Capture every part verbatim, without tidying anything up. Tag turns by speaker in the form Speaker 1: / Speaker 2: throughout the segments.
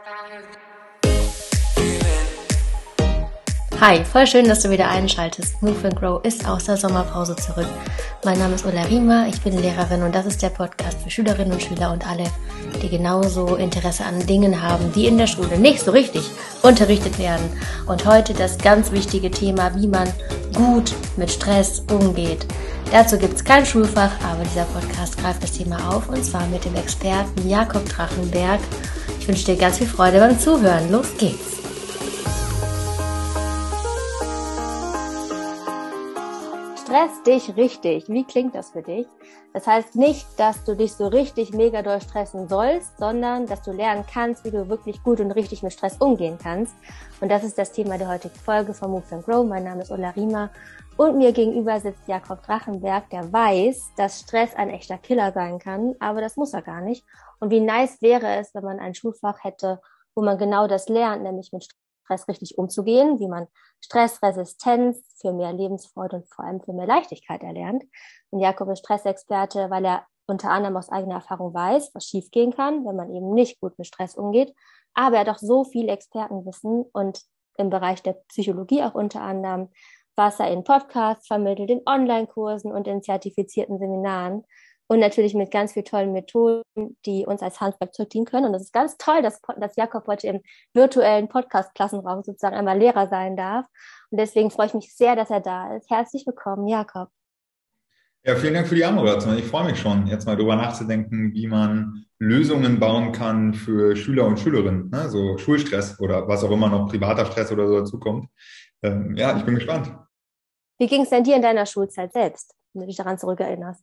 Speaker 1: Hi, voll schön, dass du wieder einschaltest. Move and Grow ist aus der Sommerpause zurück. Mein Name ist Ulla Riemer, ich bin Lehrerin und das ist der Podcast für Schülerinnen und Schüler und alle, die genauso Interesse an Dingen haben, die in der Schule nicht so richtig unterrichtet werden. Und heute das ganz wichtige Thema, wie man gut mit Stress umgeht. Dazu gibt es kein Schulfach, aber dieser Podcast greift das Thema auf und zwar mit dem Experten Jakob Drachenberg. Ich wünsche dir ganz viel Freude beim Zuhören. Los geht's! Stress dich richtig. Wie klingt das für dich? Das heißt nicht, dass du dich so richtig mega doll stressen sollst, sondern dass du lernen kannst, wie du wirklich gut und richtig mit Stress umgehen kannst. Und das ist das Thema der heutigen Folge von Move and Grow. Mein Name ist Ulla Riemer und mir gegenüber sitzt Jakob Drachenberg, der weiß, dass Stress ein echter Killer sein kann, aber das muss er gar nicht. Und wie nice wäre es, wenn man ein Schulfach hätte, wo man genau das lernt, nämlich mit Stress richtig umzugehen, wie man Stressresistenz für mehr Lebensfreude und vor allem für mehr Leichtigkeit erlernt. Und Jakob ist Stressexperte, weil er unter anderem aus eigener Erfahrung weiß, was schiefgehen kann, wenn man eben nicht gut mit Stress umgeht. Aber er hat auch so viel Expertenwissen und im Bereich der Psychologie auch unter anderem, was er in Podcasts vermittelt, in Online-Kursen und in zertifizierten Seminaren. Und natürlich mit ganz vielen tollen Methoden, die uns als Handwerkzeug dienen können. Und das ist ganz toll, dass, dass Jakob heute im virtuellen Podcast-Klassenraum sozusagen einmal Lehrer sein darf. Und deswegen freue ich mich sehr, dass er da ist. Herzlich willkommen, Jakob.
Speaker 2: Ja, vielen Dank für die Anmoderation. Ich freue mich schon, jetzt mal darüber nachzudenken, wie man Lösungen bauen kann für Schüler und Schülerinnen. Ne? So Schulstress oder was auch immer noch, privater Stress oder so dazukommt. Ähm, ja, ich bin gespannt.
Speaker 1: Wie ging es denn dir in deiner Schulzeit selbst, wenn du dich daran zurückerinnerst?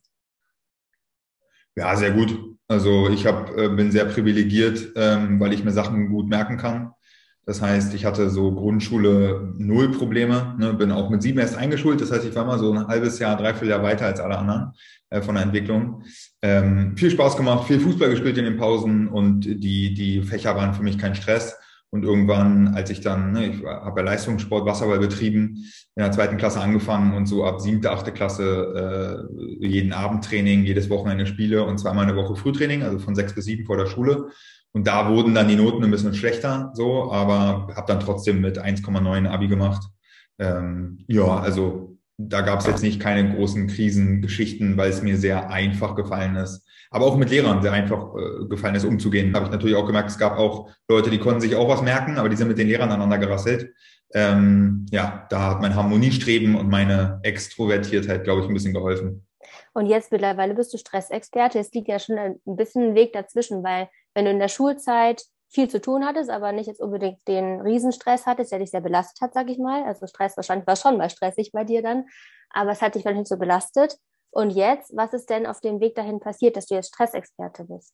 Speaker 2: Ja, sehr gut. Also ich hab, äh, bin sehr privilegiert, ähm, weil ich mir Sachen gut merken kann. Das heißt, ich hatte so Grundschule null Probleme, ne, bin auch mit sieben erst eingeschult. Das heißt, ich war mal so ein halbes Jahr, dreiviertel Jahr weiter als alle anderen äh, von der Entwicklung. Ähm, viel Spaß gemacht, viel Fußball gespielt in den Pausen und die, die Fächer waren für mich kein Stress. Und irgendwann, als ich dann, ne, ich habe ja Leistungssport, Wasserball betrieben, in der zweiten Klasse angefangen und so ab siebte, achte Klasse äh, jeden Abend Training, jedes Wochenende Spiele und zweimal eine Woche Frühtraining, also von sechs bis sieben vor der Schule. Und da wurden dann die Noten ein bisschen schlechter, so, aber habe dann trotzdem mit eins Komma neun Abi gemacht. Ähm, ja, also da gab es jetzt nicht keine großen Krisengeschichten, weil es mir sehr einfach gefallen ist. Aber auch mit Lehrern sehr einfach äh, gefallen ist, umzugehen. Habe ich natürlich auch gemerkt, es gab auch Leute, die konnten sich auch was merken, aber die sind mit den Lehrern aneinander gerasselt. Ähm, ja, da hat mein Harmoniestreben und meine Extrovertiertheit, glaube ich, ein bisschen geholfen.
Speaker 1: Und jetzt mittlerweile bist du Stressexperte. Es liegt ja schon ein bisschen ein Weg dazwischen, weil wenn du in der Schulzeit viel zu tun hattest, aber nicht jetzt unbedingt den Riesenstress hattest, der dich sehr belastet hat, sag ich mal. Also Stress wahrscheinlich war schon mal stressig bei dir dann, aber es hat dich vielleicht nicht so belastet. Und jetzt, was ist denn auf dem Weg dahin passiert, dass du jetzt Stressexperte bist?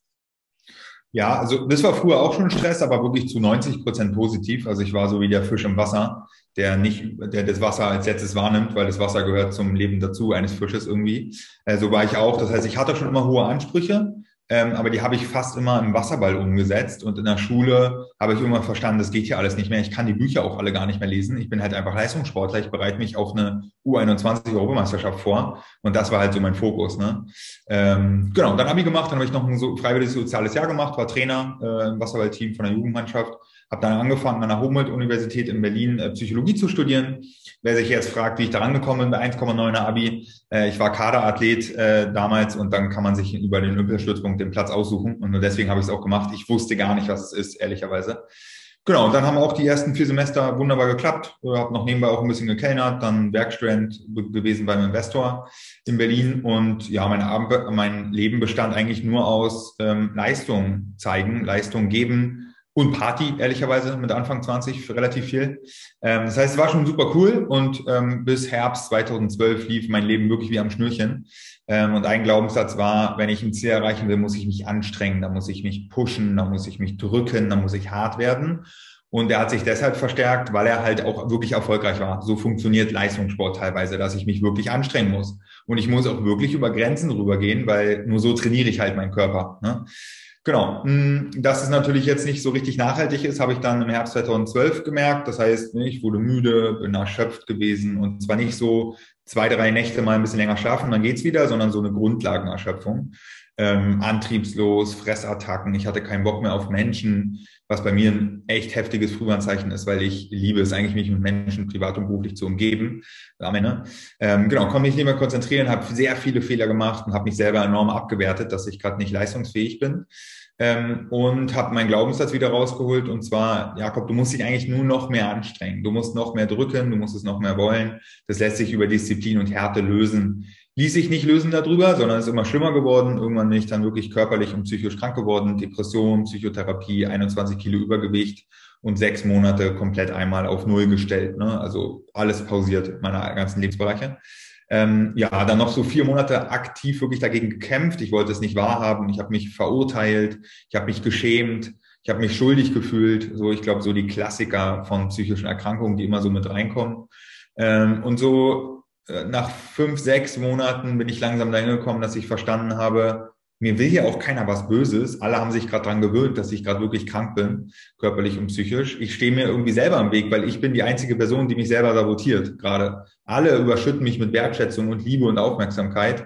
Speaker 2: Ja, also das war früher auch schon Stress, aber wirklich zu neunzig Prozent positiv. Also ich war so wie der Fisch im Wasser, der nicht, der das Wasser als letztes wahrnimmt, weil das Wasser gehört zum Leben dazu eines Fisches irgendwie. Äh, so war ich auch. Das heißt, ich hatte schon immer hohe Ansprüche. Ähm, aber die habe ich fast immer im Wasserball umgesetzt und in der Schule habe ich immer verstanden, das geht hier alles nicht mehr. Ich kann die Bücher auch alle gar nicht mehr lesen. Ich bin halt einfach Leistungssportler. Ich bereite mich auf eine U einundzwanzig-Europameisterschaft vor und das war halt so mein Fokus. Ne? Ähm, genau, dann habe ich gemacht, dann habe ich noch ein so freiwilliges soziales Jahr gemacht, war Trainer äh, im Wasserballteam von der Jugendmannschaft, habe dann angefangen an der Humboldt-Universität in Berlin äh, Psychologie zu studieren. Wer sich jetzt fragt, wie ich da rangekommen bin bei eins Komma neuner Abi, äh, ich war Kaderathlet äh, damals und dann kann man sich über den Olympiastützpunkt den Platz aussuchen und nur deswegen habe ich es auch gemacht. Ich wusste gar nicht, was es ist, ehrlicherweise. Genau, und dann haben auch die ersten vier Semester wunderbar geklappt. Ich habe noch nebenbei auch ein bisschen gekellnert, dann Werkstudent gewesen beim Investor in Berlin und ja, mein, Abend, mein Leben bestand eigentlich nur aus ähm, Leistung zeigen, Leistung geben und Party, ehrlicherweise, mit Anfang zwanzig relativ viel. Ähm, das heißt, es war schon super cool und ähm, bis Herbst zweitausendzwölf lief mein Leben wirklich wie am Schnürchen. Ähm, und ein Glaubenssatz war, wenn ich ein Ziel erreichen will, muss ich mich anstrengen, da muss ich mich pushen, da muss ich mich drücken, da muss ich hart werden. Und er hat sich deshalb verstärkt, weil er halt auch wirklich erfolgreich war. So funktioniert Leistungssport teilweise, dass ich mich wirklich anstrengen muss. Und ich muss auch wirklich über Grenzen rübergehen, weil nur so trainiere ich halt meinen Körper, ne? Genau, dass es natürlich jetzt nicht so richtig nachhaltig ist, habe ich dann im Herbst zweitausendzwölf gemerkt. Das heißt, ich wurde müde, bin erschöpft gewesen und zwar nicht so zwei, drei Nächte mal ein bisschen länger schlafen, dann geht's wieder, sondern so eine Grundlagenerschöpfung. ähm, antriebslos, Fressattacken. Ich hatte keinen Bock mehr auf Menschen, was bei mir ein echt heftiges Frühwarnzeichen ist, weil ich liebe es eigentlich, mich mit Menschen privat und beruflich zu umgeben. Am Ende. Ähm, genau, konnte mich nicht mehr konzentrieren, habe sehr viele Fehler gemacht und habe mich selber enorm abgewertet, dass ich gerade nicht leistungsfähig bin. Ähm, und habe meinen Glaubenssatz wieder rausgeholt, und zwar, Jakob, du musst dich eigentlich nur noch mehr anstrengen. Du musst noch mehr drücken, du musst es noch mehr wollen. Das lässt sich über Disziplin und Härte lösen. Ließ sich nicht lösen darüber, sondern ist immer schlimmer geworden. Irgendwann bin ich dann wirklich körperlich und psychisch krank geworden. Depression, Psychotherapie, einundzwanzig Kilo Übergewicht und sechs Monate komplett einmal auf Null gestellt. Ne? Also alles pausiert, meine ganzen Lebensbereiche. Ähm, ja, dann noch so vier Monate aktiv wirklich dagegen gekämpft. Ich wollte es nicht wahrhaben. Ich habe mich verurteilt. Ich habe mich geschämt. Ich habe mich schuldig gefühlt. So, ich glaube, so die Klassiker von psychischen Erkrankungen, die immer so mit reinkommen. Ähm, und so nach fünf, sechs Monaten bin ich langsam dahin gekommen, dass ich verstanden habe, mir will hier auch keiner was Böses. Alle haben sich gerade dran gewöhnt, dass ich gerade wirklich krank bin, körperlich und psychisch. Ich stehe mir irgendwie selber im Weg, weil ich bin die einzige Person, die mich selber sabotiert gerade. Alle überschütten mich mit Wertschätzung und Liebe und Aufmerksamkeit.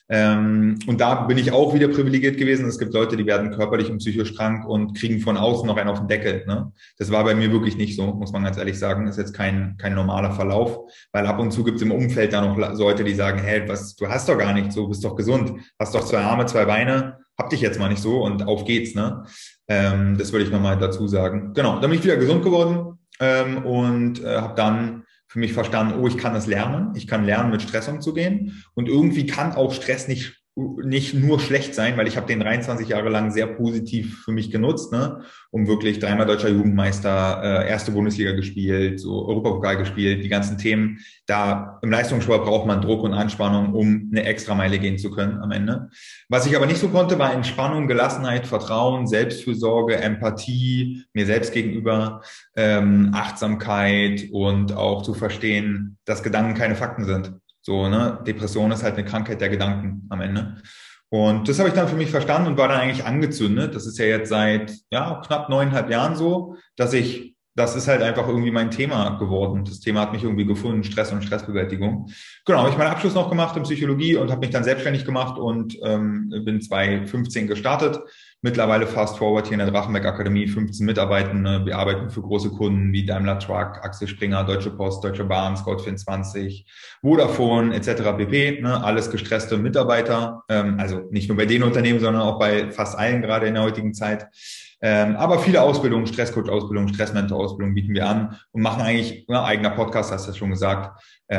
Speaker 2: Ähm, und da bin ich auch wieder privilegiert gewesen. Es gibt Leute, die werden körperlich und psychisch krank und kriegen von außen noch einen auf den Deckel. Ne? Das war bei mir wirklich nicht so, muss man ganz ehrlich sagen. Das ist jetzt kein kein normaler Verlauf, weil ab und zu gibt es im Umfeld da noch Leute, die sagen, hey, was, du hast doch gar nichts, so bist doch gesund, hast doch zwei Arme, zwei Beine, hab dich jetzt mal nicht so und auf geht's. Ne? Ähm, das würde ich nochmal dazu sagen. Genau, dann bin ich wieder gesund geworden ähm, und äh, habe dann für mich verstanden, oh, ich kann das lernen. Ich kann lernen, mit Stress umzugehen. Und irgendwie kann auch Stress nicht, nicht nur schlecht sein, weil ich habe den dreiundzwanzig Jahre lang sehr positiv für mich genutzt, ne? Um wirklich dreimal deutscher Jugendmeister, äh, erste Bundesliga gespielt, so Europapokal gespielt, die ganzen Themen. Da im Leistungssport braucht man Druck und Anspannung, um eine Extrameile gehen zu können am Ende. Was ich aber nicht so konnte, war Entspannung, Gelassenheit, Vertrauen, Selbstfürsorge, Empathie, mir selbst gegenüber, ähm, Achtsamkeit und auch zu verstehen, dass Gedanken keine Fakten sind. So, ne? Depression ist halt eine Krankheit der Gedanken am Ende. Und das habe ich dann für mich verstanden und war dann eigentlich angezündet. Das ist ja jetzt seit ja knapp neuneinhalb Jahren so, dass ich, das ist halt einfach irgendwie mein Thema geworden. Das Thema hat mich irgendwie gefunden, Stress und Stressbewältigung. Genau, habe ich meinen Abschluss noch gemacht in Psychologie und habe mich dann selbstständig gemacht und ähm, bin zwanzig fünfzehn gestartet. Mittlerweile fast forward hier in der Drachenberg Akademie, fünfzehn Mitarbeitende. Wir arbeiten für große Kunden wie Daimler Truck, Axel Springer, Deutsche Post, Deutsche Bahn, Scout vierundzwanzig, Vodafone et cetera pp. Ne, alles gestresste Mitarbeiter. Ähm, also nicht nur bei den Unternehmen, sondern auch bei fast allen gerade in der heutigen Zeit. Ähm, aber viele Ausbildungen, Stresscoach-Ausbildung, Stressmentor-Ausbildung bieten wir an und machen eigentlich, ne, eigener Podcast, hast du ja schon gesagt,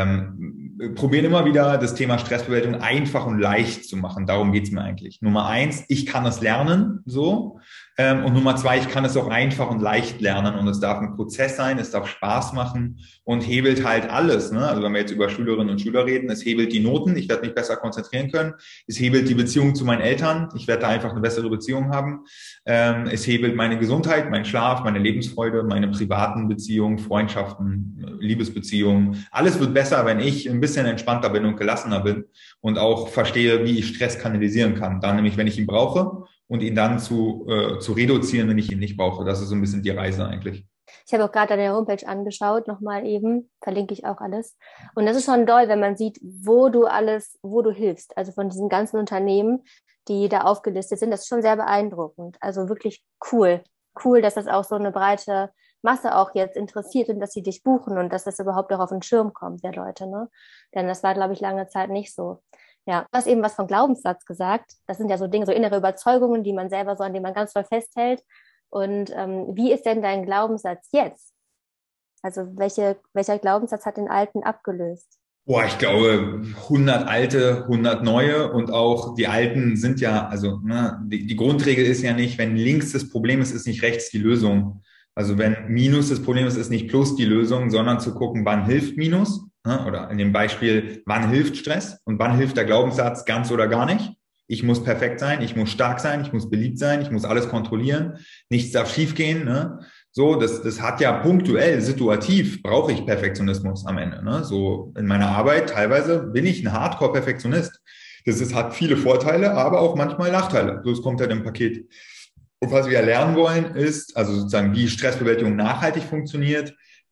Speaker 2: ähm, probieren immer wieder das Thema Stressbewältigung einfach und leicht zu machen. Darum geht's mir eigentlich. Nummer eins, ich kann es lernen, so. Ähm, und Nummer zwei, ich kann es auch einfach und leicht lernen und es darf ein Prozess sein, es darf Spaß machen und hebelt halt alles. Ne? Also wenn wir jetzt über Schülerinnen und Schüler reden, es hebelt die Noten, ich werde mich besser konzentrieren können. Es hebelt die Beziehung zu meinen Eltern, ich werde da einfach eine bessere Beziehung haben. Ähm, es hebelt meine Gesundheit, meinen Schlaf, meine Lebensfreude, meine privaten Beziehungen, Freundschaften, Liebesbeziehungen. Alles wird besser, wenn ich ein bisschen entspannter bin und gelassener bin und auch verstehe, wie ich Stress kanalisieren kann. Dann nämlich, wenn ich ihn brauche und ihn dann zu, äh, zu reduzieren, wenn ich ihn nicht brauche. Das ist so ein bisschen die Reise eigentlich.
Speaker 1: Ich habe auch gerade deine Homepage angeschaut, nochmal eben, verlinke ich auch alles. Und das ist schon doll, wenn man sieht, wo du alles, wo du hilfst. Also von diesen ganzen Unternehmen, die da aufgelistet sind, das ist schon sehr beeindruckend. Also wirklich cool. Cool, dass das auch so eine breite Masse auch jetzt interessiert und dass sie dich buchen und dass das überhaupt auch auf den Schirm kommt, der Leute, ne? Denn das war, glaube ich, lange Zeit nicht so. Ja, du hast eben was von Glaubenssatz gesagt. Das sind ja so Dinge, so innere Überzeugungen, die man selber so, an denen man ganz doll festhält. Und ähm, wie ist denn dein Glaubenssatz jetzt? Also welche, welcher Glaubenssatz hat den alten abgelöst?
Speaker 2: Boah, ich glaube, hundert alte, hundert neue und auch die alten sind ja, also ne, die, die Grundregel ist ja nicht, wenn links das Problem ist, ist nicht rechts die Lösung. Also wenn Minus das Problem ist, ist nicht Plus die Lösung, sondern zu gucken, wann hilft Minus, ne? Oder in dem Beispiel, wann hilft Stress und wann hilft der Glaubenssatz ganz oder gar nicht. Ich muss perfekt sein, ich muss stark sein, ich muss beliebt sein, ich muss alles kontrollieren, nichts darf schiefgehen, ne? So, das, das hat ja punktuell, situativ brauche ich Perfektionismus am Ende, ne? So in meiner Arbeit teilweise bin ich ein Hardcore-Perfektionist. Das ist, hat viele Vorteile, aber auch manchmal Nachteile. So, es kommt halt im Paket. Und was wir lernen wollen ist, also sozusagen, wie Stressbewältigung nachhaltig funktioniert,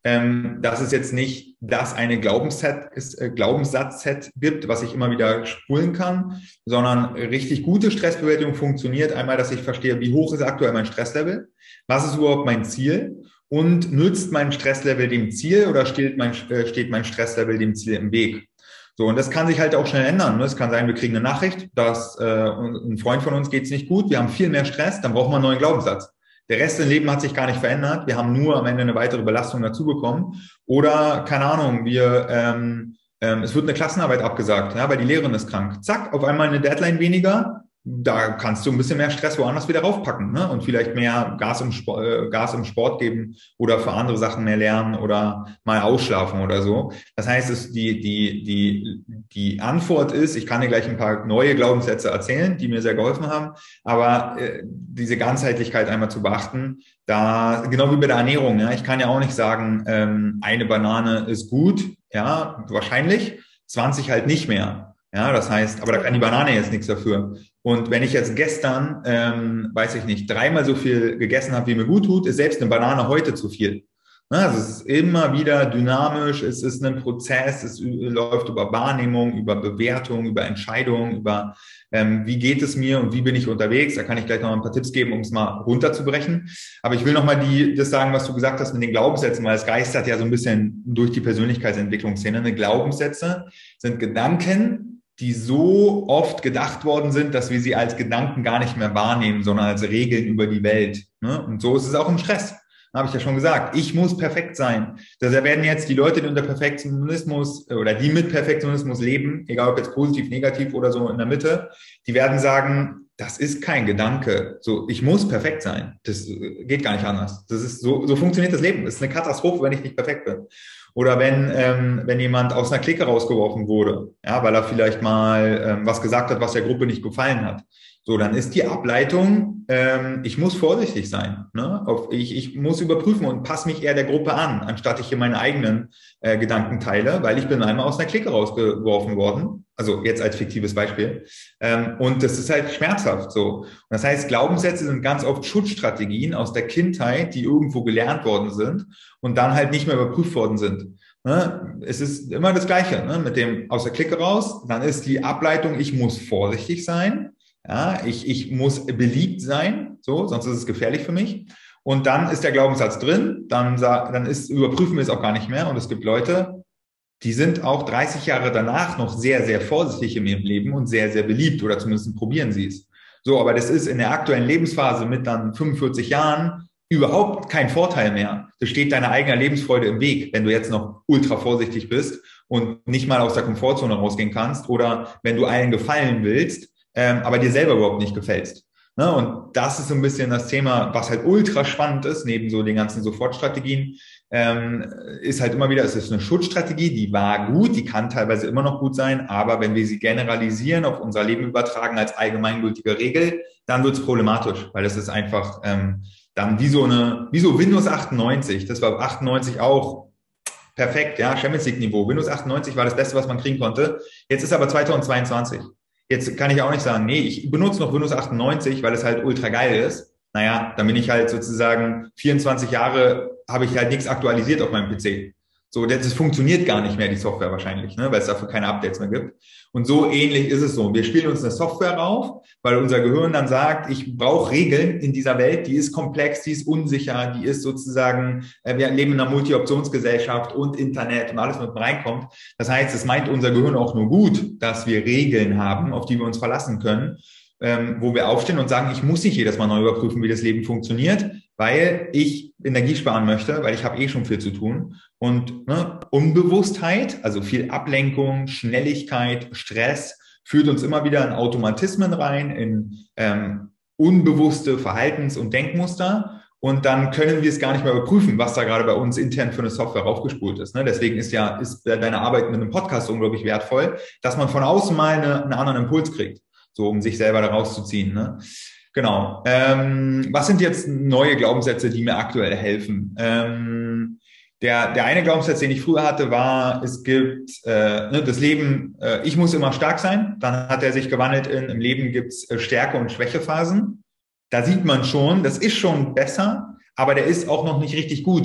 Speaker 2: ähm, dass es jetzt nicht das eine Glaubensset ist, äh, Glaubenssatzset gibt, was ich immer wieder spulen kann, sondern richtig gute Stressbewältigung funktioniert einmal, dass ich verstehe, wie hoch ist aktuell mein Stresslevel, was ist überhaupt mein Ziel und nützt mein Stresslevel dem Ziel oder steht mein, äh, steht mein Stresslevel dem Ziel im Weg? So, und das kann sich halt auch schnell ändern. Es kann sein, wir kriegen eine Nachricht, dass äh, ein Freund von uns geht's nicht gut, wir haben viel mehr Stress, dann brauchen wir einen neuen Glaubenssatz. Der Rest im Leben hat sich gar nicht verändert. Wir haben nur am Ende eine weitere Belastung dazu bekommen. Oder, keine Ahnung, wir ähm, ähm, es wird eine Klassenarbeit abgesagt, ja, weil die Lehrerin ist krank. Zack, auf einmal eine Deadline weniger. Da kannst du ein bisschen mehr Stress woanders wieder raufpacken, ne? Und vielleicht mehr Gas im, Sport, äh, Gas im Sport geben oder für andere Sachen mehr lernen oder mal ausschlafen oder so. Das heißt, es, die, die, die, die Antwort ist, ich kann dir gleich ein paar neue Glaubenssätze erzählen, die mir sehr geholfen haben, aber äh, diese Ganzheitlichkeit einmal zu beachten, da, genau wie bei der Ernährung, ja, ich kann ja auch nicht sagen, ähm, eine Banane ist gut, ja, wahrscheinlich, zwanzig halt nicht mehr. Ja, das heißt, aber da kann die Banane jetzt nichts dafür. Und wenn ich jetzt gestern, ähm, weiß ich nicht, dreimal so viel gegessen habe, wie mir gut tut, ist selbst eine Banane heute zu viel. Also es ist immer wieder dynamisch, es ist ein Prozess, es läuft über Wahrnehmung, über Bewertung, über Entscheidung, über ähm, wie geht es mir und wie bin ich unterwegs. Da kann ich gleich noch ein paar Tipps geben, um es mal runterzubrechen. Aber ich will noch mal die, das sagen, was du gesagt hast mit den Glaubenssätzen, weil es geistert ja so ein bisschen durch die Persönlichkeitsentwicklungsszene. Eine Glaubenssätze sind Gedanken, die so oft gedacht worden sind, dass wir sie als Gedanken gar nicht mehr wahrnehmen, sondern als Regeln über die Welt. Und so ist es auch im Stress. Habe ich ja schon gesagt. Ich muss perfekt sein. Da werden jetzt die Leute, die unter Perfektionismus oder die mit Perfektionismus leben, egal ob jetzt positiv, negativ oder so in der Mitte, die werden sagen, das ist kein Gedanke. So, ich muss perfekt sein. Das geht gar nicht anders. Das ist so, so funktioniert das Leben. Es ist eine Katastrophe, wenn ich nicht perfekt bin. Oder wenn, ähm, wenn jemand aus einer Clique rausgeworfen wurde, ja, weil er vielleicht mal ähm, was gesagt hat, was der Gruppe nicht gefallen hat. So, dann ist die Ableitung, ähm, ich muss vorsichtig sein. Ne? Auf, ich, ich muss überprüfen und passe mich eher der Gruppe an, anstatt ich hier meine eigenen äh, Gedanken teile, weil ich bin einmal aus einer Clique rausgeworfen worden. Also jetzt als fiktives Beispiel. Ähm, und das ist halt schmerzhaft so. Und das heißt, Glaubenssätze sind ganz oft Schutzstrategien aus der Kindheit, die irgendwo gelernt worden sind und dann halt nicht mehr überprüft worden sind. Ne? Es ist immer das Gleiche, ne? Mit dem aus der Clique raus, dann ist die Ableitung, ich muss vorsichtig sein. Ja, ich, ich muss beliebt sein, so, sonst ist es gefährlich für mich. Und dann ist der Glaubenssatz drin, dann, dann ist, überprüfen wir es auch gar nicht mehr. Und es gibt Leute, die sind auch dreißig Jahre danach noch sehr, sehr vorsichtig in ihrem Leben und sehr, sehr beliebt oder zumindest probieren sie es. So, aber das ist in der aktuellen Lebensphase mit dann fünfundvierzig Jahren überhaupt kein Vorteil mehr. Das steht deiner eigenen Lebensfreude im Weg, wenn du jetzt noch ultra vorsichtig bist und nicht mal aus der Komfortzone rausgehen kannst oder wenn du allen gefallen willst, ähm, aber dir selber überhaupt nicht gefällst. Ne? Und das ist so ein bisschen das Thema, was halt ultra spannend ist, neben so den ganzen Sofortstrategien, ähm, ist halt immer wieder, es ist eine Schutzstrategie, die war gut, die kann teilweise immer noch gut sein, aber wenn wir sie generalisieren, auf unser Leben übertragen als allgemeingültige Regel, dann wird es problematisch, weil das ist einfach ähm, dann wie so eine, wie so Windows achtundneunzig, das war achtundneunzig auch perfekt, ja, Champions League Niveau. Windows achtundneunzig war das Beste, was man kriegen konnte. Jetzt ist aber zweitausendzweiundzwanzig. Jetzt kann ich auch nicht sagen, nee, ich benutze noch Windows achtundneunzig, weil es halt ultra geil ist. Naja, dann bin ich halt sozusagen vierundzwanzig Jahre, habe ich halt nichts aktualisiert auf meinem P C. So, das funktioniert gar nicht mehr, die Software wahrscheinlich, ne, weil es dafür keine Updates mehr gibt. Und so ähnlich ist es so. Wir spielen uns eine Software rauf, weil unser Gehirn dann sagt, ich brauche Regeln in dieser Welt, die ist komplex, die ist unsicher, die ist sozusagen, äh, wir leben in einer Multi-Optionsgesellschaft und Internet und alles mit reinkommt. Das heißt, es meint unser Gehirn auch nur gut, dass wir Regeln haben, auf die wir uns verlassen können, ähm, wo wir aufstehen und sagen, ich muss nicht jedes Mal neu überprüfen, wie das Leben funktioniert, weil ich Energie sparen möchte, weil ich habe eh schon viel zu tun. Und ne, Unbewusstheit, also viel Ablenkung, Schnelligkeit, Stress, führt uns immer wieder in Automatismen rein, in ähm, unbewusste Verhaltens- und Denkmuster. Und dann können wir es gar nicht mehr überprüfen, was da gerade bei uns intern für eine Software raufgespult ist. Ne? Deswegen ist ja ist deine Arbeit mit einem Podcast unglaublich wertvoll, dass man von außen mal eine, einen anderen Impuls kriegt, so um sich selber da rauszuziehen. Ne? Genau. Ähm, was sind jetzt neue Glaubenssätze, die mir aktuell helfen? Ähm, der, der eine Glaubenssatz, den ich früher hatte, war, es gibt äh, ne, das Leben, äh, ich muss immer stark sein. Dann hat er sich gewandelt in, im Leben gibt's äh, Stärke- und Schwächephasen. Da sieht man schon, das ist schon besser, aber der ist auch noch nicht richtig gut,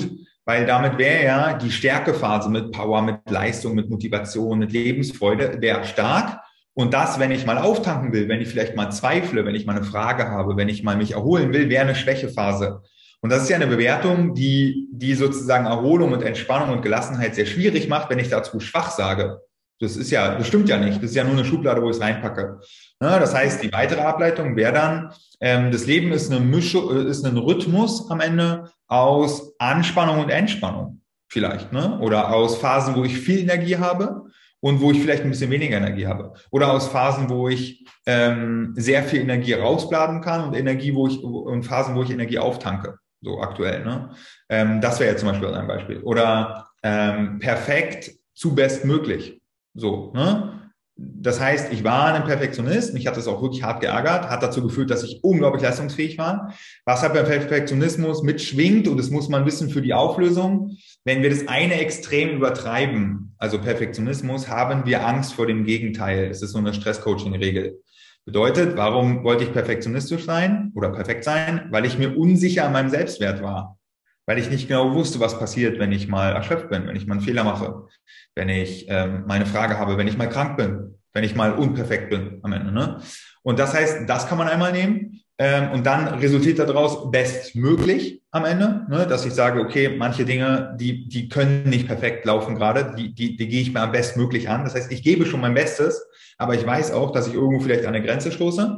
Speaker 2: weil damit wäre ja die Stärkephase mit Power, mit Leistung, mit Motivation, mit Lebensfreude, wäre stark. Und das, wenn ich mal auftanken will, wenn ich vielleicht mal zweifle, wenn ich mal eine Frage habe, wenn ich mal mich erholen will, wäre eine Schwächephase. Und das ist ja eine Bewertung, die, die sozusagen Erholung und Entspannung und Gelassenheit sehr schwierig macht, wenn ich dazu schwach sage. Das ist ja, das stimmt ja nicht. Das ist ja nur eine Schublade, wo ich es reinpacke. Ja, das heißt, die weitere Ableitung wäre dann, ähm, das Leben ist eine Mischung, ist ein Rhythmus am Ende aus Anspannung und Entspannung vielleicht, ne? Oder aus Phasen, wo ich viel Energie habe und wo ich vielleicht ein bisschen weniger Energie habe. Oder aus Phasen, wo ich ähm, sehr viel Energie rausblasen kann und Energie, wo ich, und Phasen, wo ich Energie auftanke. So aktuell, ne? Ähm, das wäre jetzt zum Beispiel ein Beispiel. Oder ähm, perfekt zu bestmöglich. So, ne? Das heißt, ich war ein Perfektionist, mich hat das auch wirklich hart geärgert, hat dazu geführt, dass ich unglaublich leistungsfähig war. Was halt beim Perfektionismus mitschwingt, und das muss man wissen für die Auflösung, wenn wir das eine Extrem übertreiben, also Perfektionismus, haben wir Angst vor dem Gegenteil. Das ist so eine Stress-Coaching-Regel. Bedeutet, warum wollte ich perfektionistisch sein oder perfekt sein? Weil ich mir unsicher an meinem Selbstwert war. Weil ich nicht genau wusste, was passiert, wenn ich mal erschöpft bin, wenn ich mal einen Fehler mache, wenn ich ähm, mal eine Frage habe, wenn ich mal krank bin, wenn ich mal unperfekt bin am Ende. Ne? Und das heißt, das kann man einmal nehmen ähm, und dann resultiert daraus bestmöglich am Ende, ne? Dass ich sage, okay, manche Dinge, die die können nicht perfekt laufen gerade, die, die, die gehe ich mir am bestmöglich an. Das heißt, ich gebe schon mein Bestes, aber ich weiß auch, dass ich irgendwo vielleicht an eine Grenze stoße.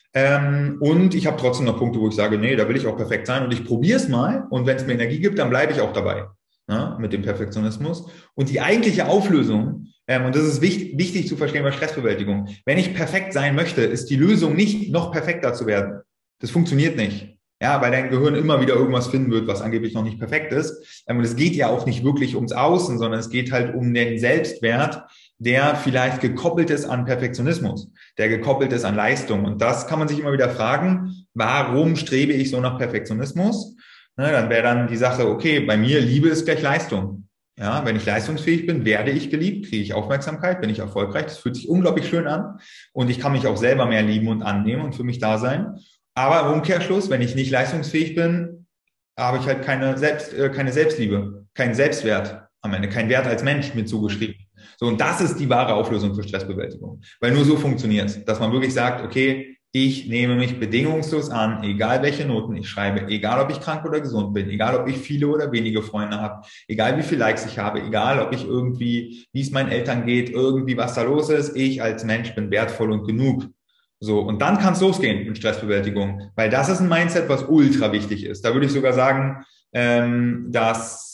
Speaker 2: Ähm, und ich habe trotzdem noch Punkte, wo ich sage, nee, da will ich auch perfekt sein und ich probiere es mal und wenn es mir Energie gibt, dann bleibe ich auch dabei, ne, mit dem Perfektionismus. Und die eigentliche Auflösung, ähm, und das ist wichtig, wichtig zu verstehen bei Stressbewältigung, wenn ich perfekt sein möchte, ist die Lösung nicht, noch perfekter zu werden. Das funktioniert nicht. Ja, weil dein Gehirn immer wieder irgendwas finden wird, was angeblich noch nicht perfekt ist. Ähm, und es geht ja auch nicht wirklich ums Außen, sondern es geht halt um den Selbstwert, der vielleicht gekoppelt ist an Perfektionismus, der gekoppelt ist an Leistung. Und das kann man sich immer wieder fragen, warum strebe ich so nach Perfektionismus? Ne, dann wäre dann die Sache, okay, bei mir Liebe ist gleich Leistung. Ja, wenn ich leistungsfähig bin, werde ich geliebt, kriege ich Aufmerksamkeit, bin ich erfolgreich. Das fühlt sich unglaublich schön an und ich kann mich auch selber mehr lieben und annehmen und für mich da sein. Aber im Umkehrschluss, wenn ich nicht leistungsfähig bin, habe ich halt keine Selbst, äh, keine Selbstliebe, keinen Selbstwert am Ende, keinen Wert als Mensch mir zugeschrieben. So, und das ist die wahre Auflösung für Stressbewältigung. Weil nur so funktioniert es, dass man wirklich sagt, okay, ich nehme mich bedingungslos an, egal welche Noten ich schreibe, egal ob ich krank oder gesund bin, egal ob ich viele oder wenige Freunde habe, egal wie viele Likes ich habe, egal ob ich irgendwie, wie es meinen Eltern geht, irgendwie was da los ist, ich als Mensch bin wertvoll und genug. So, und dann kann es losgehen mit Stressbewältigung, weil das ist ein Mindset, was ultra wichtig ist. Da würde ich sogar sagen, ähm, dass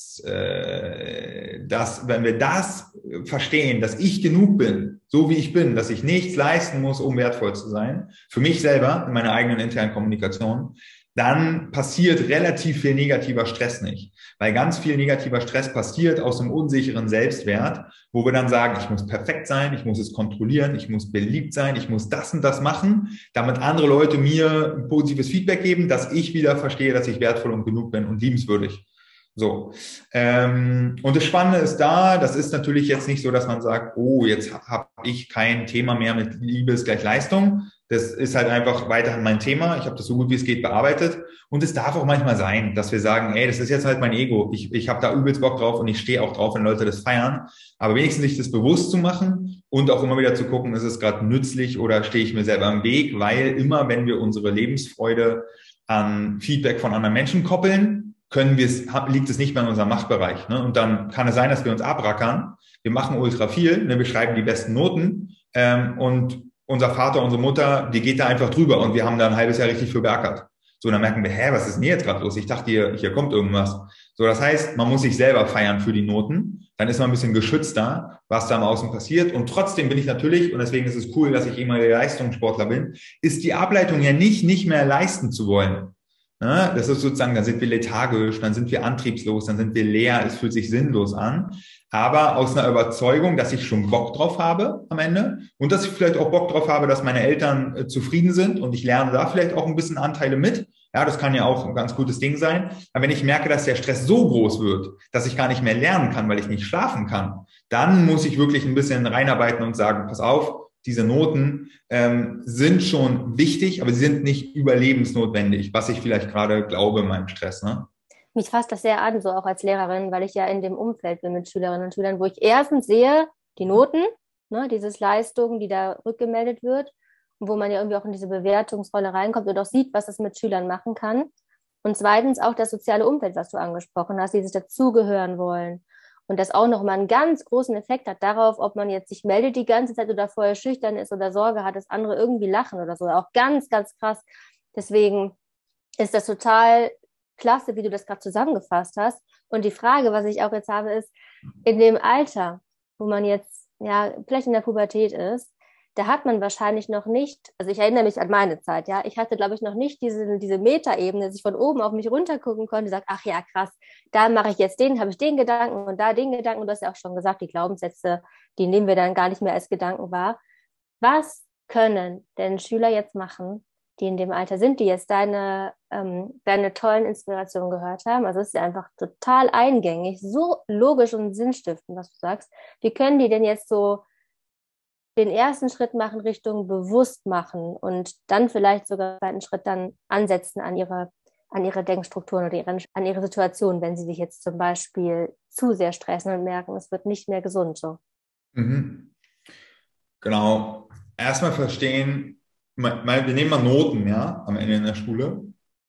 Speaker 2: dass, wenn wir das verstehen, dass ich genug bin, so wie ich bin, dass ich nichts leisten muss, um wertvoll zu sein, für mich selber, in meiner eigenen internen Kommunikation, dann passiert relativ viel negativer Stress nicht. Weil ganz viel negativer Stress passiert aus einem unsicheren Selbstwert, wo wir dann sagen, ich muss perfekt sein, ich muss es kontrollieren, ich muss beliebt sein, ich muss das und das machen, damit andere Leute mir ein positives Feedback geben, dass ich wieder verstehe, dass ich wertvoll und genug bin und liebenswürdig. So, ähm, und das Spannende ist da, das ist natürlich jetzt nicht so, dass man sagt, oh, jetzt habe ich kein Thema mehr mit Liebe ist gleich Leistung. Das ist halt einfach weiterhin mein Thema. Ich habe das so gut wie es geht bearbeitet. Und es darf auch manchmal sein, dass wir sagen, ey, das ist jetzt halt mein Ego. Ich, ich habe da übelst Bock drauf und ich stehe auch drauf, wenn Leute das feiern. Aber wenigstens sich das bewusst zu machen und auch immer wieder zu gucken, ist es gerade nützlich oder stehe ich mir selber im Weg? Weil immer, wenn wir unsere Lebensfreude an Feedback von anderen Menschen koppeln, können wir es, liegt es nicht mehr in unserem Machtbereich. Ne? Und dann kann es sein, dass wir uns abrackern. Wir machen ultra viel, ne? Wir schreiben die besten Noten ähm, und unser Vater, unsere Mutter, die geht da einfach drüber und wir haben da ein halbes Jahr richtig für geackert. So, dann merken wir, hä, was ist denn hier jetzt gerade los? Ich dachte, hier, hier kommt irgendwas. So, das heißt, man muss sich selber feiern für die Noten. Dann ist man ein bisschen geschützter, was da im Außen passiert. Und trotzdem bin ich natürlich, und deswegen ist es cool, dass ich ehemaliger Leistungssportler bin, ist die Ableitung ja nicht, nicht mehr leisten zu wollen. Ja, das ist sozusagen, dann sind wir lethargisch, dann sind wir antriebslos, dann sind wir leer, es fühlt sich sinnlos an. Aber aus einer Überzeugung, dass ich schon Bock drauf habe am Ende und dass ich vielleicht auch Bock drauf habe, dass meine Eltern äh, zufrieden sind und ich lerne da vielleicht auch ein bisschen Anteile mit. Ja, das kann ja auch ein ganz gutes Ding sein. Aber wenn ich merke, dass der Stress so groß wird, dass ich gar nicht mehr lernen kann, weil ich nicht schlafen kann, dann muss ich wirklich ein bisschen reinarbeiten und sagen, pass auf, diese Noten ähm, sind schon wichtig, aber sie sind nicht überlebensnotwendig, was ich vielleicht gerade glaube in meinem Stress. Ne?
Speaker 1: Mich fasst das sehr an, so auch als Lehrerin, weil ich ja in dem Umfeld bin mit Schülerinnen und Schülern, wo ich erstens sehe, die Noten, ne, dieses Leistung, die da rückgemeldet wird, und wo man ja irgendwie auch in diese Bewertungsrolle reinkommt und auch sieht, was es mit Schülern machen kann. Und zweitens auch das soziale Umfeld, was du angesprochen hast, dieses dazugehören wollen. Und das auch nochmal einen ganz großen Effekt hat darauf, ob man jetzt sich meldet die ganze Zeit oder vorher schüchtern ist oder Sorge hat, dass andere irgendwie lachen oder so. Auch ganz, ganz krass. Deswegen ist das total klasse, wie du das gerade zusammengefasst hast. Und die Frage, was ich auch jetzt habe, ist, in dem Alter, wo man jetzt ja vielleicht in der Pubertät ist, da hat man wahrscheinlich noch nicht, also ich erinnere mich an meine Zeit, ja, ich hatte, glaube ich, noch nicht diese, diese Metaebene, dass ich von oben auf mich runtergucken konnte, sage, ach ja, krass, da mache ich jetzt den, habe ich den Gedanken und da den Gedanken. Und du hast ja auch schon gesagt, die Glaubenssätze, die nehmen wir dann gar nicht mehr als Gedanken wahr. Was können denn Schüler jetzt machen, die in dem Alter sind, die jetzt deine, ähm, deine tollen Inspirationen gehört haben? Also es ist ja einfach total eingängig, so logisch und sinnstiftend, was du sagst. Wie können die denn jetzt so den ersten Schritt machen Richtung bewusst machen und dann vielleicht sogar einen Schritt dann ansetzen an ihre, an ihre Denkstrukturen oder ihre, an ihre Situation, wenn sie sich jetzt zum Beispiel zu sehr stressen und merken, es wird nicht mehr gesund so?
Speaker 2: Mhm. Genau. Erstmal verstehen, wir nehmen mal Noten, ja, am Ende in der Schule.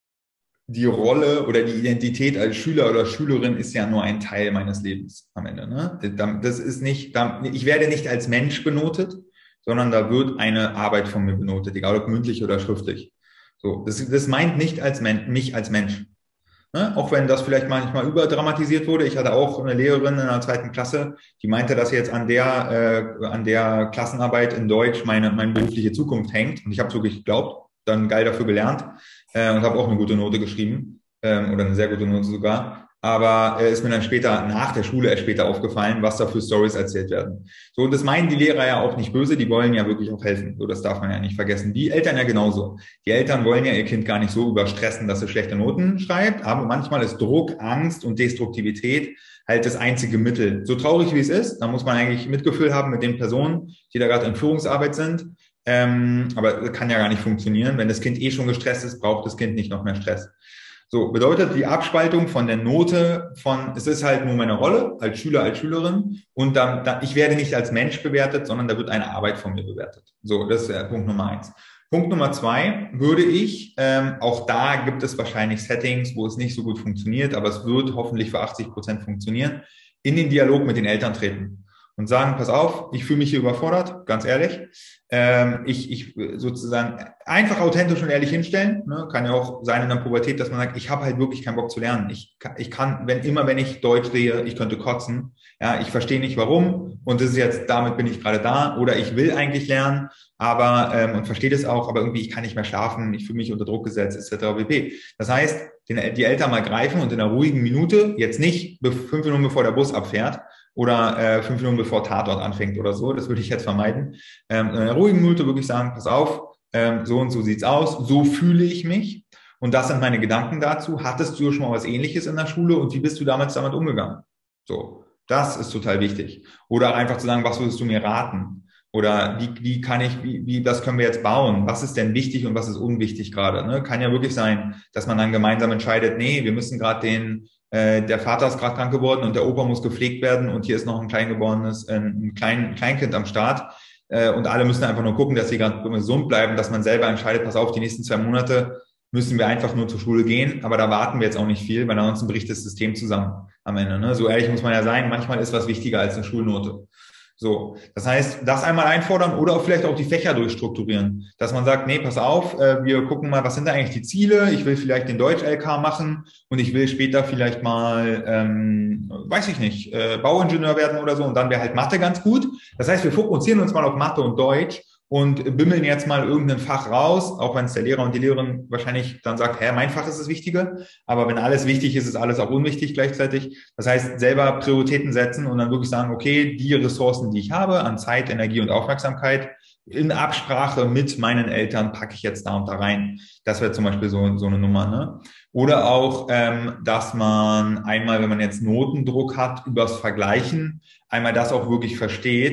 Speaker 2: Die Rolle oder die Identität als Schüler oder Schülerin ist ja nur ein Teil meines Lebens am Ende. Ne? Das ist nicht, ich werde nicht als Mensch benotet, sondern da wird eine Arbeit von mir benotet, egal ob mündlich oder schriftlich. So, das, das meint nicht als Men- mich als Mensch. Ne? Auch wenn das vielleicht manchmal überdramatisiert wurde. Ich hatte auch eine Lehrerin in der zweiten Klasse, die meinte, dass jetzt an der, äh, an der Klassenarbeit in Deutsch meine, meine berufliche Zukunft hängt. Und ich habe es wirklich geglaubt, dann geil dafür gelernt äh, und habe auch eine gute Note geschrieben ähm, oder eine sehr gute Note sogar. Aber äh, ist mir dann später, nach der Schule erst später aufgefallen, was da für Stories erzählt werden. So, und das meinen die Lehrer ja auch nicht böse, die wollen ja wirklich auch helfen. So, das darf man ja nicht vergessen. Die Eltern ja genauso. Die Eltern wollen ja ihr Kind gar nicht so überstressen, dass es schlechte Noten schreibt, aber manchmal ist Druck, Angst und Destruktivität halt das einzige Mittel. So traurig wie es ist, da muss man eigentlich Mitgefühl haben mit den Personen, die da gerade in Führungsarbeit sind. Ähm, aber das kann ja gar nicht funktionieren. Wenn das Kind eh schon gestresst ist, braucht das Kind nicht noch mehr Stress. So, bedeutet die Abspaltung von der Note von, es ist halt nur meine Rolle als Schüler, als Schülerin und dann, dann ich werde nicht als Mensch bewertet, sondern da wird eine Arbeit von mir bewertet. So, das ist äh, Punkt Nummer eins. Punkt Nummer zwei würde ich, ähm, auch da gibt es wahrscheinlich Settings, wo es nicht so gut funktioniert, aber es wird hoffentlich für achtzig Prozent funktionieren, in den Dialog mit den Eltern treten und sagen, pass auf, ich fühle mich hier überfordert, ganz ehrlich. Ähm, ich, ich sozusagen einfach authentisch und ehrlich hinstellen. Ne? Kann ja auch sein in der Pubertät, dass man sagt, ich habe halt wirklich keinen Bock zu lernen. Ich, ich kann, wenn immer, wenn ich Deutsch sehe, ich könnte kotzen. Ja, ich verstehe nicht warum und das ist jetzt, damit bin ich gerade da oder ich will eigentlich lernen, aber ähm, und verstehe das auch, aber irgendwie ich kann nicht mehr schlafen, ich fühle mich unter Druck gesetzt et cetera pp. Das heißt, den, die Eltern mal greifen und in einer ruhigen Minute, jetzt nicht fünf Minuten bevor der Bus abfährt oder äh, fünf Minuten bevor Tatort anfängt oder so, das würde ich jetzt vermeiden. Ähm, in einer ruhigen Minute wirklich sagen, pass auf, ähm, so und so sieht's aus, so fühle ich mich und das sind meine Gedanken dazu. Hattest du schon mal was Ähnliches in der Schule und wie bist du damals damit umgegangen? So, das ist total wichtig. Oder einfach zu sagen, was würdest du mir raten? Oder wie, wie kann ich, wie, wie, das können wir jetzt bauen? Was ist denn wichtig und was ist unwichtig gerade? Ne? Kann ja wirklich sein, dass man dann gemeinsam entscheidet, nee, wir müssen gerade den, äh, der Vater ist gerade krank geworden und der Opa muss gepflegt werden und hier ist noch ein kleingeborenes, äh, ein Klein, Kleinkind am Start. Äh, und alle müssen einfach nur gucken, dass sie gerade gesund bleiben, dass man selber entscheidet, pass auf, die nächsten zwei Monate müssen wir einfach nur zur Schule gehen, aber da warten wir jetzt auch nicht viel, weil ansonsten bricht das System zusammen am Ende. Ne? So ehrlich muss man ja sein, manchmal ist was wichtiger als eine Schulnote. So, das heißt, das einmal einfordern oder auch vielleicht auch die Fächer durchstrukturieren, dass man sagt, nee, pass auf, äh, wir gucken mal, was sind da eigentlich die Ziele? Ich will vielleicht den Deutsch-L K machen und ich will später vielleicht mal, ähm, weiß ich nicht, äh, Bauingenieur werden oder so und dann wäre halt Mathe ganz gut. Das heißt, wir fokussieren uns mal auf Mathe und Deutsch und bimmeln jetzt mal irgendein Fach raus, auch wenn es der Lehrer und die Lehrerin wahrscheinlich dann sagt, hä, mein Fach ist das Wichtige, aber wenn alles wichtig ist, ist alles auch unwichtig gleichzeitig. Das heißt, selber Prioritäten setzen und dann wirklich sagen, okay, die Ressourcen, die ich habe an Zeit, Energie und Aufmerksamkeit, in Absprache mit meinen Eltern packe ich jetzt da und da rein. Das wäre zum Beispiel so, so eine Nummer, ne? Oder auch, ähm, dass man einmal, wenn man jetzt Notendruck hat, übers Vergleichen, einmal das auch wirklich versteht,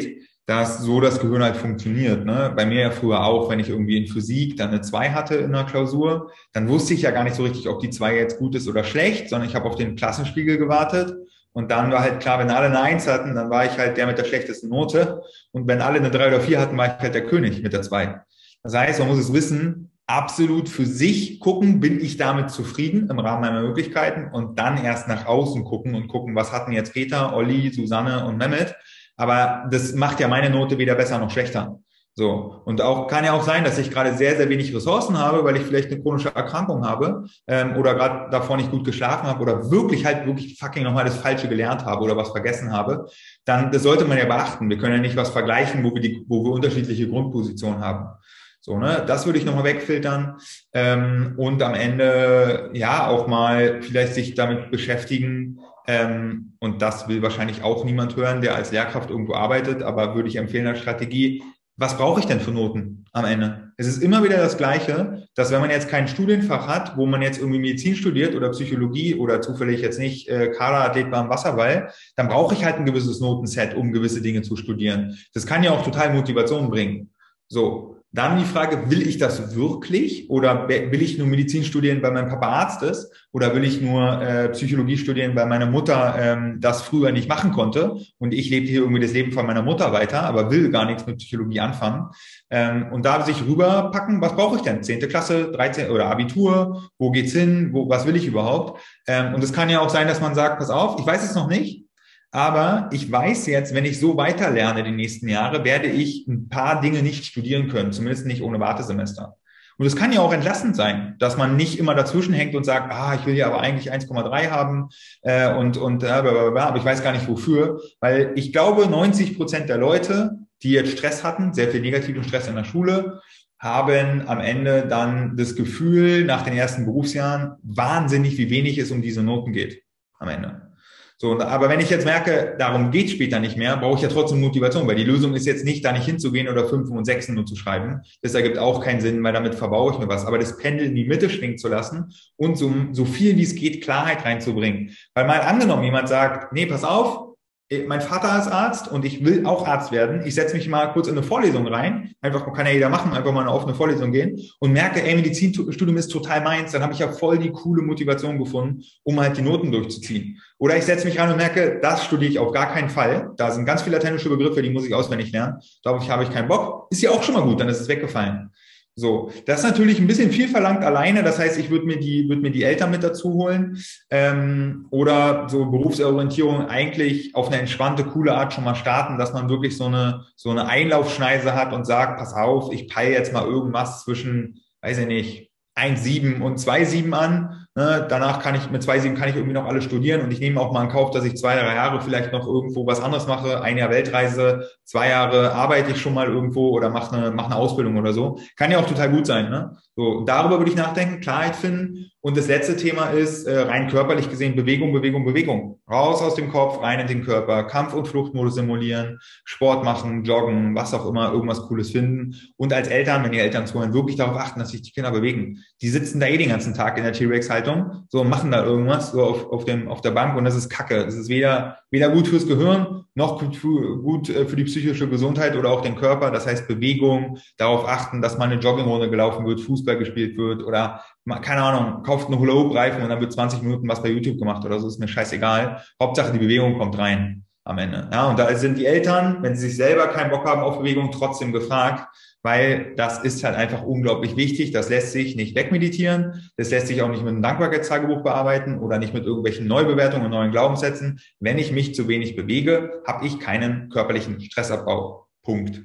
Speaker 2: dass so das Gehirn halt funktioniert. Ne? Bei mir ja früher auch, wenn ich irgendwie in Physik dann eine zwei hatte in der Klausur, dann wusste ich ja gar nicht so richtig, ob die zwei jetzt gut ist oder schlecht, sondern ich habe auf den Klassenspiegel gewartet. Und dann war halt klar, wenn alle eine eins hatten, dann war ich halt der mit der schlechtesten Note. Und wenn alle eine drei oder vier hatten, war ich halt der König mit der zwei. Das heißt, man muss es wissen, absolut für sich gucken, bin ich damit zufrieden im Rahmen meiner Möglichkeiten und dann erst nach außen gucken und gucken, was hatten jetzt Peter, Olli, Susanne und Mehmet. Aber das macht ja meine Note weder besser noch schlechter. So. Und auch, kann ja auch sein, dass ich gerade sehr, sehr wenig Ressourcen habe, weil ich vielleicht eine chronische Erkrankung habe, ähm, oder gerade davor nicht gut geschlafen habe oder wirklich halt wirklich fucking nochmal das Falsche gelernt habe oder was vergessen habe. Dann, das sollte man ja beachten. Wir können ja nicht was vergleichen, wo wir die, wo wir unterschiedliche Grundpositionen haben. So, ne, das würde ich nochmal wegfiltern, ähm, und am Ende, ja, auch mal vielleicht sich damit beschäftigen, ähm, und das will wahrscheinlich auch niemand hören, der als Lehrkraft irgendwo arbeitet, aber würde ich empfehlen als Strategie, was brauche ich denn für Noten am Ende? Es ist immer wieder das Gleiche, dass wenn man jetzt kein Studienfach hat, wo man jetzt irgendwie Medizin studiert oder Psychologie oder zufällig jetzt nicht äh, Kaderathlet beim Wasserball, dann brauche ich halt ein gewisses Notenset, um gewisse Dinge zu studieren. Das kann ja auch total Motivation bringen. So. Dann die Frage, will ich das wirklich oder will ich nur Medizin studieren, weil mein Papa Arzt ist oder will ich nur äh, Psychologie studieren, weil meine Mutter ähm, das früher nicht machen konnte und ich lebe hier irgendwie das Leben von meiner Mutter weiter, aber will gar nichts mit Psychologie anfangen. Ähm, und da sich rüberpacken, was brauche ich denn? Zehnte Klasse, dreizehn oder Abitur, wo geht's hin, wo, was will ich überhaupt? Ähm, und es kann ja auch sein, dass man sagt, pass auf, ich weiß es noch nicht, aber ich weiß jetzt, wenn ich so weiter lerne die nächsten Jahre, werde ich ein paar Dinge nicht studieren können, zumindest nicht ohne Wartesemester. Und es kann ja auch entlastend sein, dass man nicht immer dazwischen hängt und sagt, ah, ich will ja aber eigentlich eins Komma drei haben äh, und und äh, aber ich weiß gar nicht wofür, weil ich glaube, neunzig Prozent der Leute, die jetzt Stress hatten, sehr viel negativen Stress in der Schule, haben am Ende dann das Gefühl nach den ersten Berufsjahren wahnsinnig, wie wenig es um diese Noten geht am Ende. So, aber wenn ich jetzt merke, darum geht später nicht mehr, brauche ich ja trotzdem Motivation, weil die Lösung ist jetzt nicht, da nicht hinzugehen oder Fünfen und Sechsen nur zu schreiben. Das ergibt auch keinen Sinn, weil damit verbaue ich mir was. Aber das Pendel in die Mitte schwingen zu lassen und so, so viel wie es geht Klarheit reinzubringen. Weil mal angenommen, jemand sagt, nee, pass auf, mein Vater ist Arzt und ich will auch Arzt werden. Ich setze mich mal kurz in eine Vorlesung rein. Einfach, kann ja jeder machen, einfach mal in eine offene Vorlesung gehen und merke, ey, Medizinstudium ist total meins. Dann habe ich ja voll die coole Motivation gefunden, um halt die Noten durchzuziehen. Oder ich setze mich rein und merke, das studiere ich auf gar keinen Fall. Da sind ganz viele lateinische Begriffe, die muss ich auswendig lernen. Darauf habe ich keinen Bock. Ist ja auch schon mal gut, dann ist es weggefallen. So, das ist natürlich ein bisschen viel verlangt alleine. Das heißt, ich würde mir die, würde mir die Eltern mit dazu holen, ähm, oder so Berufsorientierung eigentlich auf eine entspannte, coole Art schon mal starten, dass man wirklich so eine, so eine Einlaufschneise hat und sagt, pass auf, ich peile jetzt mal irgendwas zwischen, weiß ich nicht, eins Komma sieben und zwei Komma sieben an. Ne? Danach kann ich, mit zwei Komma sieben kann ich irgendwie noch alles studieren und ich nehme auch mal in Kauf, dass ich zwei, drei Jahre vielleicht noch irgendwo was anderes mache. Ein Jahr Weltreise, zwei Jahre arbeite ich schon mal irgendwo oder mache eine, mache eine Ausbildung oder so. Kann ja auch total gut sein. Ne? So, darüber würde ich nachdenken, Klarheit finden. Und das letzte Thema ist, äh, rein körperlich gesehen, Bewegung, Bewegung, Bewegung. Raus aus dem Kopf, rein in den Körper, Kampf- und Fluchtmodus simulieren, Sport machen, joggen, was auch immer, irgendwas Cooles finden. Und als Eltern, wenn die Eltern zuhören, wirklich darauf achten, dass sich die Kinder bewegen. Die sitzen da eh den ganzen Tag in der T-Rex-Haltung, so machen da irgendwas, so auf, auf dem, auf der Bank und das ist Kacke. Das ist weder, weder gut fürs Gehirn, noch gut für, gut für die psychische Gesundheit oder auch den Körper. Das heißt Bewegung, darauf achten, dass mal eine Joggingrunde gelaufen wird, Fußball gespielt wird oder, keine Ahnung, kauft einen Hula-Hoop-Reifen und dann wird zwanzig Minuten was bei YouTube gemacht oder so, ist mir scheißegal. Hauptsache die Bewegung kommt rein am Ende. Ja, und da sind die Eltern, wenn sie sich selber keinen Bock haben auf Bewegung, trotzdem gefragt, weil das ist halt einfach unglaublich wichtig. Das lässt sich nicht wegmeditieren. Das lässt sich auch nicht mit einem Dankbarkeitstagebuch bearbeiten oder nicht mit irgendwelchen Neubewertungen und neuen Glaubenssätzen. Wenn ich mich zu wenig bewege, habe ich keinen körperlichen Stressabbau. Punkt.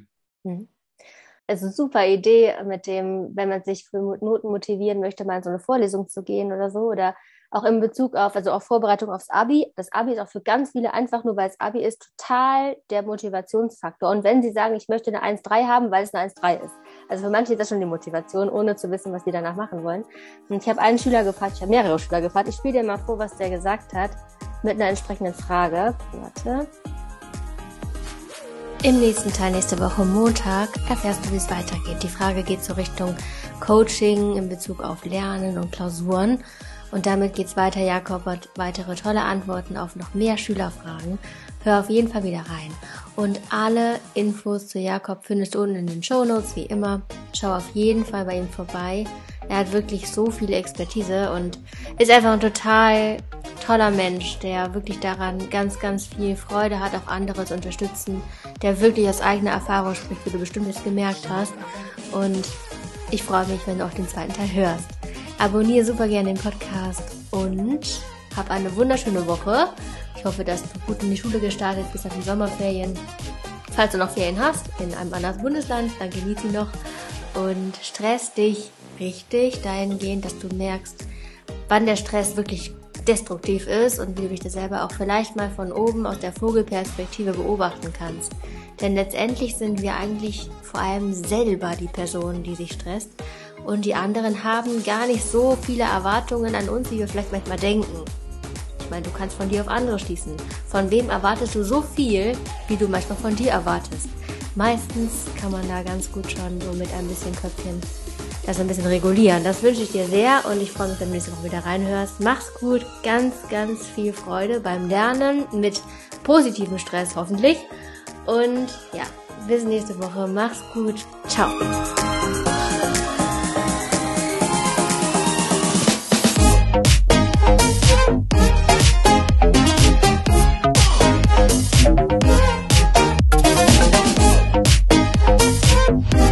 Speaker 1: Also super Idee mit dem, wenn man sich für Noten motivieren möchte, mal in so eine Vorlesung zu gehen oder so, oder auch in Bezug auf, also auf Vorbereitung aufs Abi. Das Abi ist auch für ganz viele einfach nur, weil das Abi ist total der Motivationsfaktor. Und wenn sie sagen, ich möchte eine eins Komma drei haben, weil es eine eins Komma drei ist. Also für manche ist das schon die Motivation, ohne zu wissen, was die danach machen wollen. Und ich habe einen Schüler gefragt, ich habe mehrere Schüler gefragt, ich spiele dir mal vor, was der gesagt hat, mit einer entsprechenden Frage. Warte. Im nächsten Teil, nächste Woche Montag, erfährst du, wie es weitergeht. Die Frage geht so Richtung Coaching in Bezug auf Lernen und Klausuren. Und damit geht's weiter. Jakob hat weitere tolle Antworten auf noch mehr Schülerfragen. Hör auf jeden Fall wieder rein. Und alle Infos zu Jakob findest du unten in den Shownotes, wie immer. Schau auf jeden Fall bei ihm vorbei. Er hat wirklich so viel Expertise und ist einfach ein total toller Mensch, der wirklich daran ganz, ganz viel Freude hat, auch andere zu unterstützen, der wirklich aus eigener Erfahrung spricht, wie du bestimmt jetzt gemerkt hast. Und ich freue mich, wenn du auch den zweiten Teil hörst. Abonniere super gerne den Podcast und hab eine wunderschöne Woche. Ich hoffe, dass du gut in die Schule gestartet bist nach den Sommerferien. Falls du noch Ferien hast in einem anderen Bundesland, dann genieß sie noch und stress dich richtig dahingehend, dass du merkst, wann der Stress wirklich destruktiv ist und wie du dich das selber auch vielleicht mal von oben aus der Vogelperspektive beobachten kannst. Denn letztendlich sind wir eigentlich vor allem selber die Person, die sich stresst und die anderen haben gar nicht so viele Erwartungen an uns, wie wir vielleicht manchmal denken. Ich meine, du kannst von dir auf andere schließen. Von wem erwartest du so viel, wie du manchmal von dir erwartest? Meistens kann man da ganz gut schon so mit ein bisschen Köpfchen das ein bisschen regulieren. Das wünsche ich dir sehr und ich freue mich, wenn du nächste Woche wieder reinhörst. Mach's gut, ganz, ganz viel Freude beim Lernen mit positivem Stress hoffentlich. Und ja, bis nächste Woche. Mach's gut. Ciao.
Speaker 3: Yeah.